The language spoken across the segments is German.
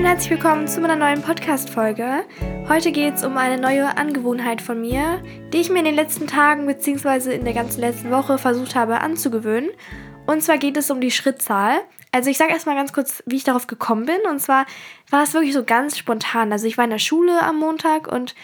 und herzlich willkommen zu meiner neuen Podcast-Folge. Heute geht es um eine neue Angewohnheit von mir, die ich mir in den letzten Tagen bzw. in der ganzen letzten Woche versucht habe anzugewöhnen. Und zwar geht es um die Schrittzahl. Also ich sage erstmal ganz kurz, wie ich darauf gekommen bin. Und zwar war es wirklich so ganz spontan. Also ich war in der Schule am Montag und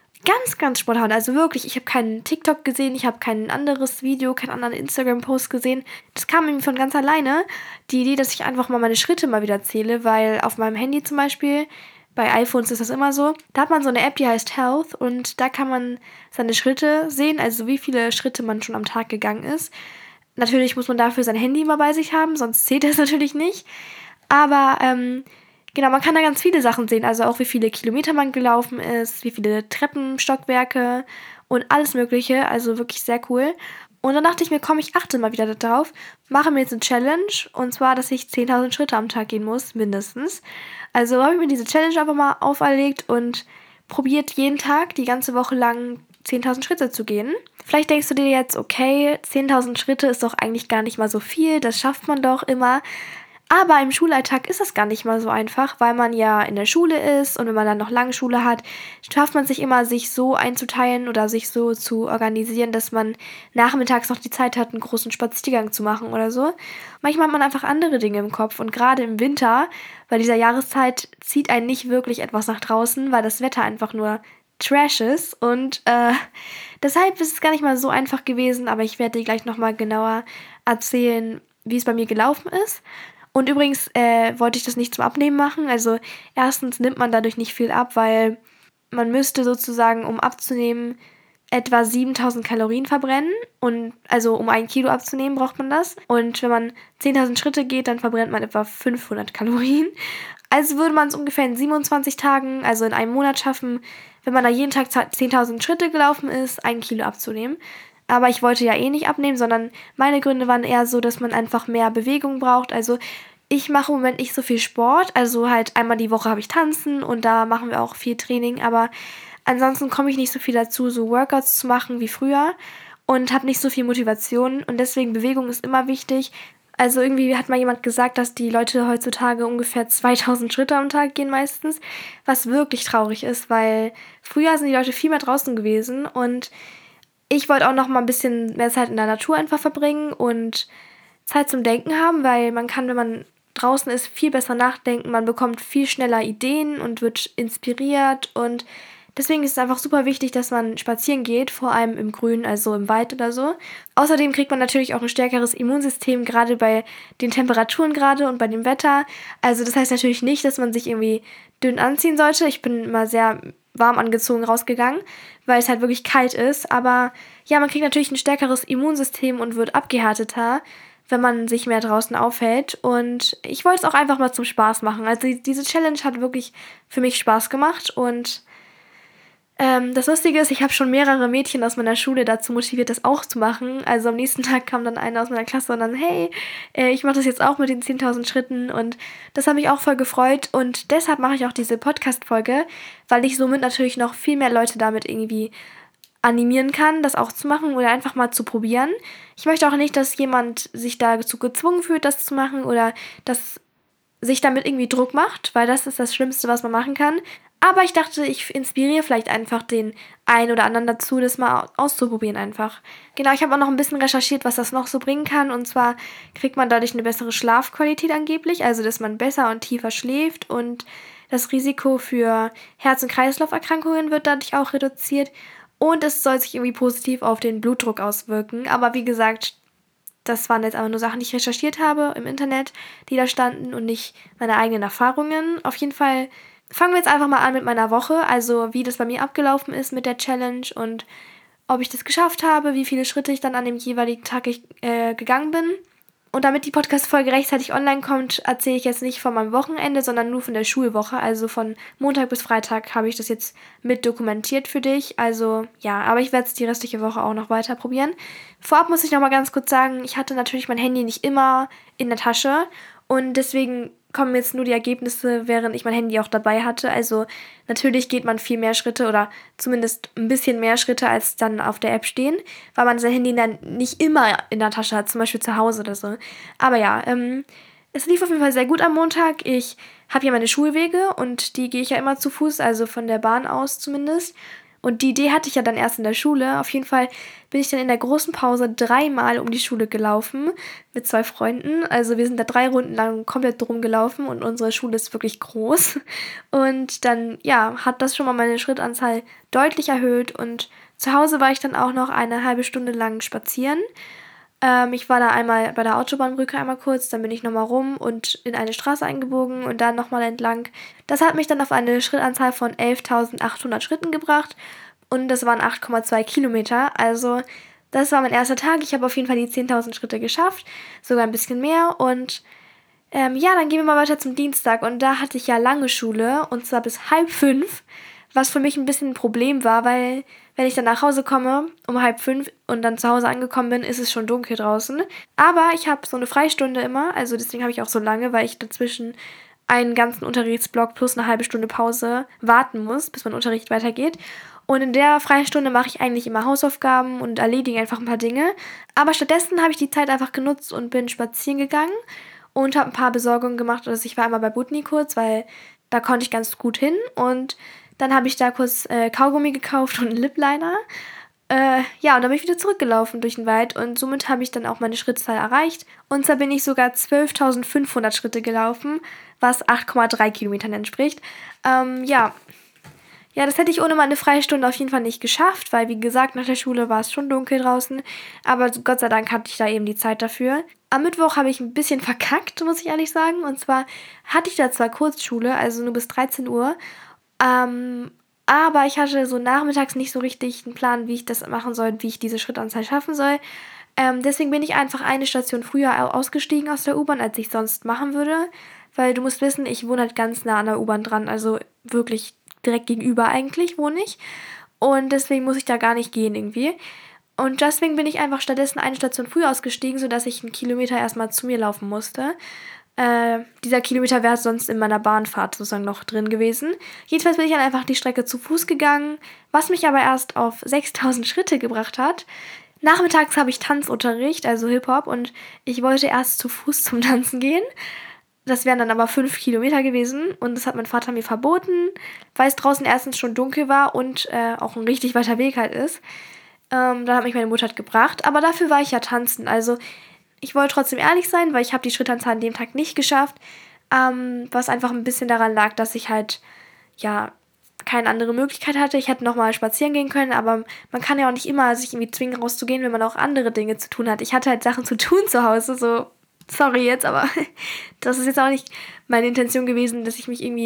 ganz spontan. Also wirklich, ich habe keinen TikTok gesehen, ich habe kein anderes Video, keinen anderen Instagram-Post gesehen. Das kam irgendwie von ganz alleine. Die Idee, dass ich einfach mal meine Schritte mal wieder zähle, weil auf meinem Handy zum Beispiel, bei iPhones ist das immer so, da hat man so eine App, die heißt Health und da kann man seine Schritte sehen, also wie viele Schritte man schon am Tag gegangen ist. Natürlich muss man dafür sein Handy immer bei sich haben, sonst zählt das natürlich nicht. Aber genau, man kann da ganz viele Sachen sehen, also auch wie viele Kilometer man gelaufen ist, wie viele Treppenstockwerke und alles mögliche, also wirklich sehr cool. Und dann dachte ich mir, komm, ich achte mal wieder darauf, mache mir jetzt eine Challenge und zwar, dass ich 10.000 Schritte am Tag gehen muss, mindestens. Also habe ich mir diese Challenge einfach mal auferlegt und probiert jeden Tag die ganze Woche lang 10.000 Schritte zu gehen. Vielleicht denkst du dir jetzt, okay, 10.000 Schritte ist doch eigentlich gar nicht mal so viel, das schafft man doch immer. Aber im Schulalltag ist das gar nicht mal so einfach, weil man ja in der Schule ist und wenn man dann noch lange Schule hat, schafft man sich immer, sich so einzuteilen oder sich so zu organisieren, dass man nachmittags noch die Zeit hat, einen großen Spaziergang zu machen oder so. Manchmal hat man einfach andere Dinge im Kopf und gerade im Winter, bei dieser Jahreszeit, zieht einen nicht wirklich etwas nach draußen, weil das Wetter einfach nur Trash ist und deshalb ist es gar nicht mal so einfach gewesen, aber ich werde dir gleich nochmal genauer erzählen, wie es bei mir gelaufen ist. Und übrigens wollte ich das nicht zum Abnehmen machen. Also erstens nimmt man dadurch nicht viel ab, weil man müsste sozusagen, um abzunehmen, etwa 7.000 Kalorien verbrennen. Und also um 1 Kilo abzunehmen, braucht man das. Und wenn man 10.000 Schritte geht, dann verbrennt man etwa 500 Kalorien. Also würde man es ungefähr in 27 Tagen, also in einem Monat schaffen, wenn man da jeden Tag 10.000 Schritte gelaufen ist, 1 Kilo abzunehmen. Aber ich wollte ja eh nicht abnehmen, sondern meine Gründe waren eher so, dass man einfach mehr Bewegung braucht. Also ich mache im Moment nicht so viel Sport. Also halt einmal die Woche habe ich Tanzen und da machen wir auch viel Training. Aber ansonsten komme ich nicht so viel dazu, so Workouts zu machen wie früher und habe nicht so viel Motivation. Und deswegen Bewegung ist immer wichtig. Also irgendwie hat mal jemand gesagt, dass die Leute heutzutage ungefähr 2.000 Schritte am Tag gehen meistens. Was wirklich traurig ist, weil früher sind die Leute viel mehr draußen gewesen und ich wollte auch noch mal ein bisschen mehr Zeit in der Natur einfach verbringen und Zeit zum Denken haben, weil man kann, wenn man draußen ist, viel besser nachdenken. Man bekommt viel schneller Ideen und wird inspiriert und deswegen ist es einfach super wichtig, dass man spazieren geht, vor allem im Grün, also im Wald oder so. Außerdem kriegt man natürlich auch ein stärkeres Immunsystem, gerade bei den Temperaturen gerade und bei dem Wetter. Also das heißt natürlich nicht, dass man sich irgendwie dünn anziehen sollte. Ich bin immer sehr warm angezogen rausgegangen, weil es halt wirklich kalt ist. Aber ja, man kriegt natürlich ein stärkeres Immunsystem und wird abgehärteter, wenn man sich mehr draußen aufhält. Und ich wollte es auch einfach mal zum Spaß machen. Also diese Challenge hat wirklich für mich Spaß gemacht und das Lustige ist, ich habe schon mehrere Mädchen aus meiner Schule dazu motiviert, das auch zu machen. Also am nächsten Tag kam dann eine aus meiner Klasse und dann, hey, ich mache das jetzt auch mit den 10.000 Schritten und das hat mich auch voll gefreut und deshalb mache ich auch diese Podcast-Folge, weil ich somit natürlich noch viel mehr Leute damit irgendwie animieren kann, das auch zu machen oder einfach mal zu probieren. Ich möchte auch nicht, dass jemand sich dazu gezwungen fühlt, das zu machen oder dass sich damit irgendwie Druck macht, weil das ist das Schlimmste, was man machen kann. Aber ich dachte, ich inspiriere vielleicht einfach den einen oder anderen dazu, das mal auszuprobieren einfach. Genau, ich habe auch noch ein bisschen recherchiert, was das noch so bringen kann. Und zwar kriegt man dadurch eine bessere Schlafqualität angeblich, also dass man besser und tiefer schläft und das Risiko für Herz- und Kreislauferkrankungen wird dadurch auch reduziert. Und es soll sich irgendwie positiv auf den Blutdruck auswirken. Aber wie gesagt, das waren jetzt aber nur Sachen, die ich recherchiert habe im Internet, die da standen und nicht meine eigenen Erfahrungen. Auf jeden Fall fangen wir jetzt einfach mal an mit meiner Woche, also wie das bei mir abgelaufen ist mit der Challenge und ob ich das geschafft habe, wie viele Schritte ich dann an dem jeweiligen Tag gegangen bin. Und damit die Podcast-Folge rechtzeitig online kommt, erzähle ich jetzt nicht von meinem Wochenende, sondern nur von der Schulwoche. Also von Montag bis Freitag habe ich das jetzt mit dokumentiert für dich. Also ja, aber ich werde es die restliche Woche auch noch weiter probieren. Vorab muss ich noch mal ganz kurz sagen, ich hatte natürlich mein Handy nicht immer in der Tasche und deswegen kommen jetzt nur die Ergebnisse, während ich mein Handy auch dabei hatte. Also natürlich geht man viel mehr Schritte oder zumindest ein bisschen mehr Schritte, als dann auf der App stehen, weil man sein Handy dann nicht immer in der Tasche hat, zum Beispiel zu Hause oder so. Aber ja, Es lief auf jeden Fall sehr gut am Montag. Ich habe ja meine Schulwege und die gehe ich ja immer zu Fuß, also von der Bahn aus zumindest. Und die Idee hatte ich ja dann erst in der Schule. Auf jeden Fall bin ich dann in der großen Pause 3-mal um die Schule gelaufen mit 2 Freunden. Also wir sind da 3 Runden lang komplett drum gelaufen und unsere Schule ist wirklich groß. Und dann, ja, hat das schon mal meine Schrittanzahl deutlich erhöht. Und zu Hause war ich dann auch noch eine halbe Stunde lang spazieren. Ich war da einmal bei der Autobahnbrücke einmal kurz, dann bin ich nochmal rum und in eine Straße eingebogen und dann nochmal entlang. Das hat mich dann auf eine Schrittanzahl von 11.800 Schritten gebracht und das waren 8,2 Kilometer. Also das war mein erster Tag. Ich habe auf jeden Fall die 10.000 Schritte geschafft, sogar ein bisschen mehr. Und ja, dann gehen wir mal weiter zum Dienstag und da hatte ich ja lange Schule und zwar bis 4:30, was für mich ein bisschen ein Problem war, weil wenn ich dann nach Hause komme um 4:30 und dann zu Hause angekommen bin, ist es schon dunkel draußen. Aber ich habe so eine Freistunde immer, also deswegen habe ich auch so lange, weil ich dazwischen einen ganzen Unterrichtsblock plus eine halbe Stunde Pause warten muss, bis mein Unterricht weitergeht. Und in der Freistunde mache ich eigentlich immer Hausaufgaben und erledige einfach ein paar Dinge. Aber stattdessen habe ich die Zeit einfach genutzt und bin spazieren gegangen und habe ein paar Besorgungen gemacht. Also ich war einmal bei Butni kurz, weil da konnte ich ganz gut hin. Und dann habe ich da kurz Kaugummi gekauft und einen Lip-Liner. Ja, und dann bin ich wieder zurückgelaufen durch den Wald und somit habe ich dann auch meine Schrittzahl erreicht. Und zwar bin ich sogar 12.500 Schritte gelaufen, was 8,3 Kilometern entspricht. Ja. Ja, das hätte ich ohne meine Freistunde auf jeden Fall nicht geschafft, weil wie gesagt, nach der Schule war es schon dunkel draußen. Aber Gott sei Dank hatte ich da eben die Zeit dafür. Am Mittwoch habe ich ein bisschen verkackt, muss ich ehrlich sagen. Und zwar hatte ich da zwar Kurzschule, also nur bis 13 Uhr. Aber ich hatte so nachmittags nicht so richtig einen Plan, wie ich das machen soll, wie ich diese Schrittanzahl schaffen soll. Deswegen bin ich einfach eine Station früher ausgestiegen aus der U-Bahn, als ich sonst machen würde. Weil du musst wissen, ich wohne halt ganz nah an der U-Bahn dran, also wirklich direkt gegenüber eigentlich wohne ich. Und deswegen muss ich da gar nicht gehen irgendwie. Und deswegen bin ich einfach stattdessen eine Station früher ausgestiegen, sodass ich 1 Kilometer erstmal zu mir laufen musste. Dieser Kilometer wäre sonst in meiner Bahnfahrt sozusagen noch drin gewesen. Jedenfalls bin ich dann einfach die Strecke zu Fuß gegangen, was mich aber erst auf 6.000 Schritte gebracht hat. Nachmittags habe ich Tanzunterricht, also Hip-Hop, und ich wollte erst zu Fuß zum Tanzen gehen. Das wären dann aber 5 Kilometer gewesen und das hat mein Vater mir verboten, weil es draußen erstens schon dunkel war und auch ein richtig weiter Weg halt ist. Dann hat mich meine Mutter gebracht, aber dafür war ich ja tanzen. Also ich wollte trotzdem ehrlich sein, weil ich habe die Schrittanzahl an dem Tag nicht geschafft, was einfach ein bisschen daran lag, dass ich halt, ja, keine andere Möglichkeit hatte. Ich hätte nochmal spazieren gehen können, aber man kann ja auch nicht immer sich irgendwie zwingen rauszugehen, wenn man auch andere Dinge zu tun hat. Ich hatte halt Sachen zu tun zu Hause, so, sorry jetzt, aber das ist jetzt auch nicht meine Intention gewesen, dass ich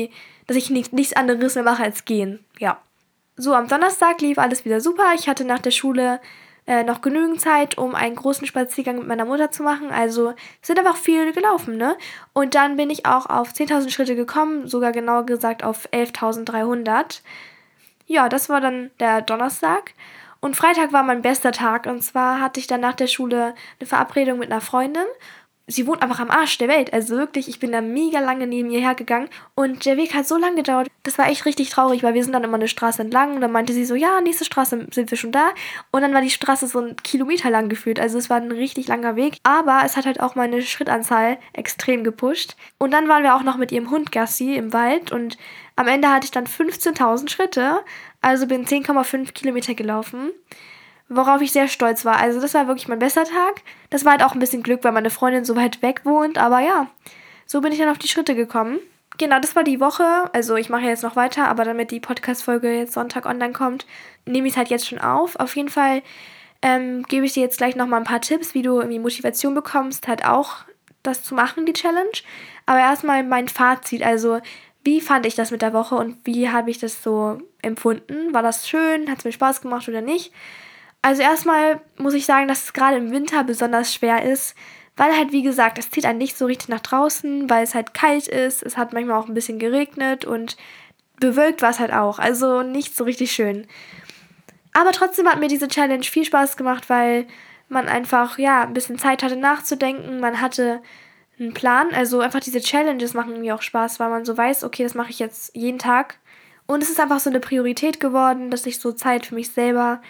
nichts anderes mehr mache als gehen, ja. So, am Donnerstag lief alles wieder super. Ich hatte nach der Schule noch genügend Zeit, um einen großen Spaziergang mit meiner Mutter zu machen. Also sind einfach viel gelaufen, ne? Und dann bin ich auch auf 10.000 Schritte gekommen, sogar genauer gesagt auf 11.300. Ja, das war dann der Donnerstag. Und Freitag war mein bester Tag. Und zwar hatte ich dann nach der Schule eine Verabredung mit einer Freundin. Sie wohnt einfach am Arsch der Welt. Also wirklich, ich bin da mega lange neben ihr hergegangen. Und der Weg hat so lange gedauert. Das war echt richtig traurig, weil wir sind dann immer eine Straße entlang. Und dann meinte sie so, ja, nächste Straße sind wir schon da. Und dann war die Straße so 1 Kilometer lang geführt. Also es war ein richtig langer Weg. Aber es hat halt auch meine Schrittanzahl extrem gepusht. Und dann waren wir auch noch mit ihrem Hund Gassi im Wald. Und am Ende hatte ich dann 15.000 Schritte. Also bin 10,5 Kilometer gelaufen. Worauf ich sehr stolz war. Also das war wirklich mein bester Tag. Das war halt auch ein bisschen Glück, weil meine Freundin so weit weg wohnt. Aber ja, so bin ich dann auf die Schritte gekommen. Genau, das war die Woche. Also ich mache jetzt noch weiter, aber damit die Podcast-Folge jetzt Sonntag online kommt, nehme ich es halt jetzt schon auf. Auf jeden Fall gebe ich dir jetzt gleich nochmal ein paar Tipps, wie du irgendwie Motivation bekommst, halt auch das zu machen, die Challenge. Aber erstmal mein Fazit. Also wie fand ich das mit der Woche und wie habe ich das so empfunden? War das schön? Hat es mir Spaß gemacht oder nicht? Also erstmal muss ich sagen, dass es gerade im Winter besonders schwer ist, weil halt, wie gesagt, es zieht einen nicht so richtig nach draußen, weil es halt kalt ist, es hat manchmal auch ein bisschen geregnet und bewölkt war es halt auch, also nicht so richtig schön. Aber trotzdem hat mir diese Challenge viel Spaß gemacht, weil man einfach, ja, ein bisschen Zeit hatte nachzudenken, man hatte einen Plan, also einfach diese Challenges machen mir auch Spaß, weil man so weiß, okay, das mache ich jetzt jeden Tag und es ist einfach so eine Priorität geworden, dass ich so Zeit für mich selber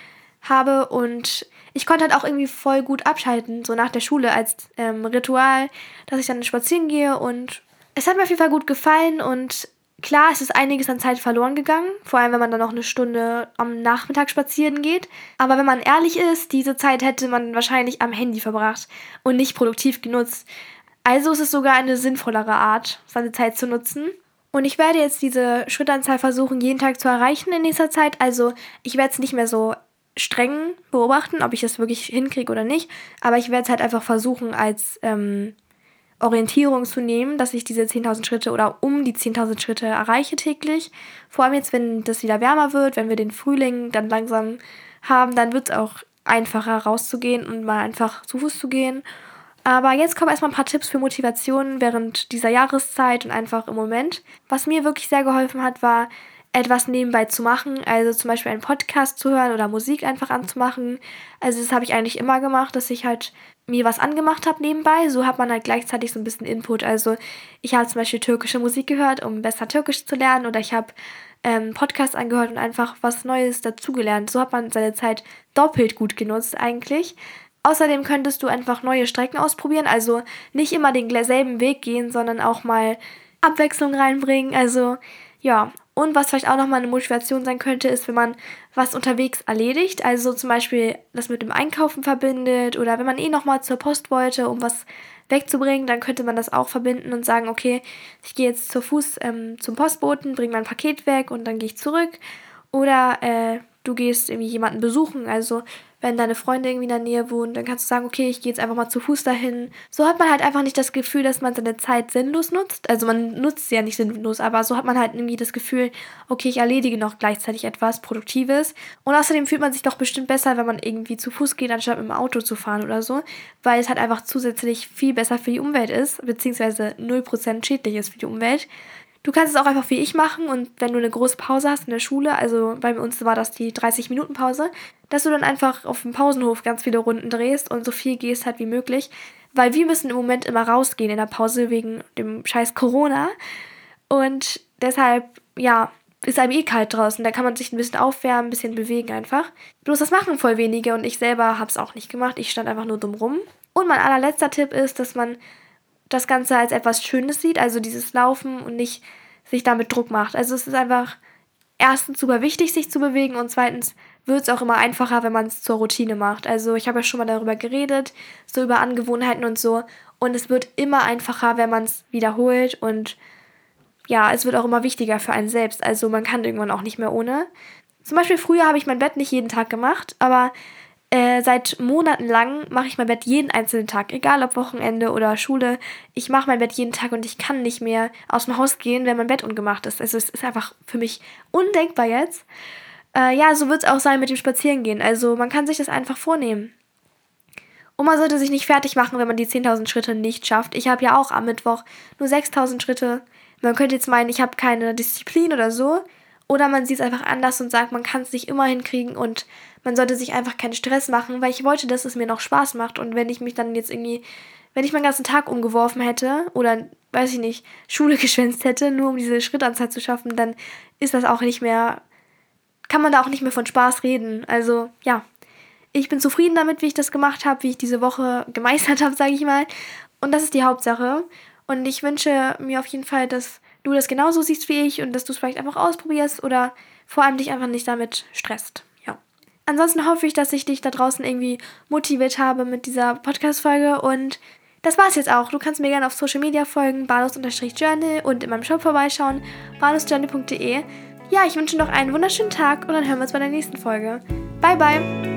habe und ich konnte halt auch irgendwie voll gut abschalten, so nach der Schule als Ritual, dass ich dann spazieren gehe und es hat mir auf jeden Fall gut gefallen und klar, es ist einiges an Zeit verloren gegangen, vor allem wenn man dann noch eine Stunde am Nachmittag spazieren geht, aber wenn man ehrlich ist, diese Zeit hätte man wahrscheinlich am Handy verbracht und nicht produktiv genutzt. Also ist es sogar eine sinnvollere Art, seine Zeit zu nutzen. Und ich werde jetzt diese Schrittanzahl versuchen, jeden Tag zu erreichen in nächster Zeit. Also ich werde es nicht mehr so streng beobachten, ob ich das wirklich hinkriege oder nicht. Aber ich werde es halt einfach versuchen, als Orientierung zu nehmen, dass ich diese 10.000 Schritte oder um die 10.000 Schritte erreiche täglich. Vor allem jetzt, wenn das wieder wärmer wird, wenn wir den Frühling dann langsam haben, dann wird es auch einfacher rauszugehen und mal einfach zu Fuß zu gehen. Aber jetzt kommen erstmal ein paar Tipps für Motivation während dieser Jahreszeit und einfach im Moment. Was mir wirklich sehr geholfen hat, war etwas nebenbei zu machen, also zum Beispiel einen Podcast zu hören oder Musik einfach anzumachen. Also das habe ich eigentlich immer gemacht, dass ich halt mir was angemacht habe nebenbei. So hat man halt gleichzeitig so ein bisschen Input. Also ich habe zum Beispiel türkische Musik gehört, um besser Türkisch zu lernen oder ich habe Podcast angehört und einfach was Neues dazugelernt. So hat man seine Zeit doppelt gut genutzt eigentlich. Außerdem könntest du einfach neue Strecken ausprobieren, also nicht immer den selben Weg gehen, sondern auch mal Abwechslung reinbringen, also ja. Und was vielleicht auch nochmal eine Motivation sein könnte, ist, wenn man was unterwegs erledigt, also zum Beispiel das mit dem Einkaufen verbindet oder wenn man nochmal zur Post wollte, um was wegzubringen, dann könnte man das auch verbinden und sagen, okay, ich gehe jetzt zu Fuß zum Postboten, bringe mein Paket weg und dann gehe ich zurück. Oder du gehst irgendwie jemanden besuchen, also wenn deine Freunde irgendwie in der Nähe wohnen, dann kannst du sagen, okay, ich gehe jetzt einfach mal zu Fuß dahin. So hat man halt einfach nicht das Gefühl, dass man seine Zeit sinnlos nutzt. Also man nutzt sie ja nicht sinnlos, aber so hat man halt irgendwie das Gefühl, okay, ich erledige noch gleichzeitig etwas Produktives. Und außerdem fühlt man sich doch bestimmt besser, wenn man irgendwie zu Fuß geht, anstatt mit dem Auto zu fahren oder so, weil es halt einfach zusätzlich viel besser für die Umwelt ist, beziehungsweise 0% schädlich ist für die Umwelt. Du kannst es auch einfach wie ich machen und wenn du eine große Pause hast in der Schule, also bei uns war das die 30-Minuten-Pause, dass du dann einfach auf dem Pausenhof ganz viele Runden drehst und so viel gehst halt wie möglich, weil wir müssen im Moment immer rausgehen in der Pause wegen dem scheiß Corona und deshalb, ja, ist einem kalt draußen, da kann man sich ein bisschen aufwärmen, ein bisschen bewegen einfach. Bloß das machen voll wenige und ich selber hab's auch nicht gemacht, ich stand einfach nur dumm rum. Und mein allerletzter Tipp ist, dass man das Ganze als etwas Schönes sieht, also dieses Laufen und nicht sich damit Druck macht. Also es ist einfach erstens super wichtig, sich zu bewegen und zweitens wird es auch immer einfacher, wenn man es zur Routine macht. Also ich habe ja schon mal darüber geredet, so über Angewohnheiten und so und es wird immer einfacher, wenn man es wiederholt und ja, es wird auch immer wichtiger für einen selbst. Also man kann irgendwann auch nicht mehr ohne. Zum Beispiel früher habe ich mein Bett nicht jeden Tag gemacht, aber seit Monaten lang mache ich mein Bett jeden einzelnen Tag, egal ob Wochenende oder Schule. Ich mache mein Bett jeden Tag und ich kann nicht mehr aus dem Haus gehen, wenn mein Bett ungemacht ist. Also es ist einfach für mich undenkbar jetzt. Ja, so wird es auch sein mit dem Spazierengehen. Also man kann sich das einfach vornehmen. Und man sollte sich nicht fertig machen, wenn man die 10.000 Schritte nicht schafft. Ich habe ja auch am Mittwoch nur 6.000 Schritte. Man könnte jetzt meinen, ich habe keine Disziplin oder so. Oder man sieht es einfach anders und sagt, man kann es nicht immer hinkriegen und man sollte sich einfach keinen Stress machen, weil ich wollte, dass es mir noch Spaß macht. Und wenn ich mich dann jetzt irgendwie, wenn ich meinen ganzen Tag umgeworfen hätte oder, weiß ich nicht, Schule geschwänzt hätte, nur um diese Schrittanzahl zu schaffen, dann ist das auch nicht mehr, kann man da auch nicht mehr von Spaß reden. Also, ja, ich bin zufrieden damit, wie ich das gemacht habe, wie ich diese Woche gemeistert habe, sage ich mal. Und das ist die Hauptsache. Und ich wünsche mir auf jeden Fall, dass du das genauso siehst wie ich und dass du es vielleicht einfach ausprobierst oder vor allem dich einfach nicht damit stresst. Ja. Ansonsten hoffe ich, dass ich dich da draußen irgendwie motiviert habe mit dieser Podcast-Folge und das war's jetzt auch. Du kannst mir gerne auf Social Media folgen, balus_journal und in meinem Shop vorbeischauen, balusjournal.de. Ja, ich wünsche noch einen wunderschönen Tag und dann hören wir uns bei der nächsten Folge. Bye, bye!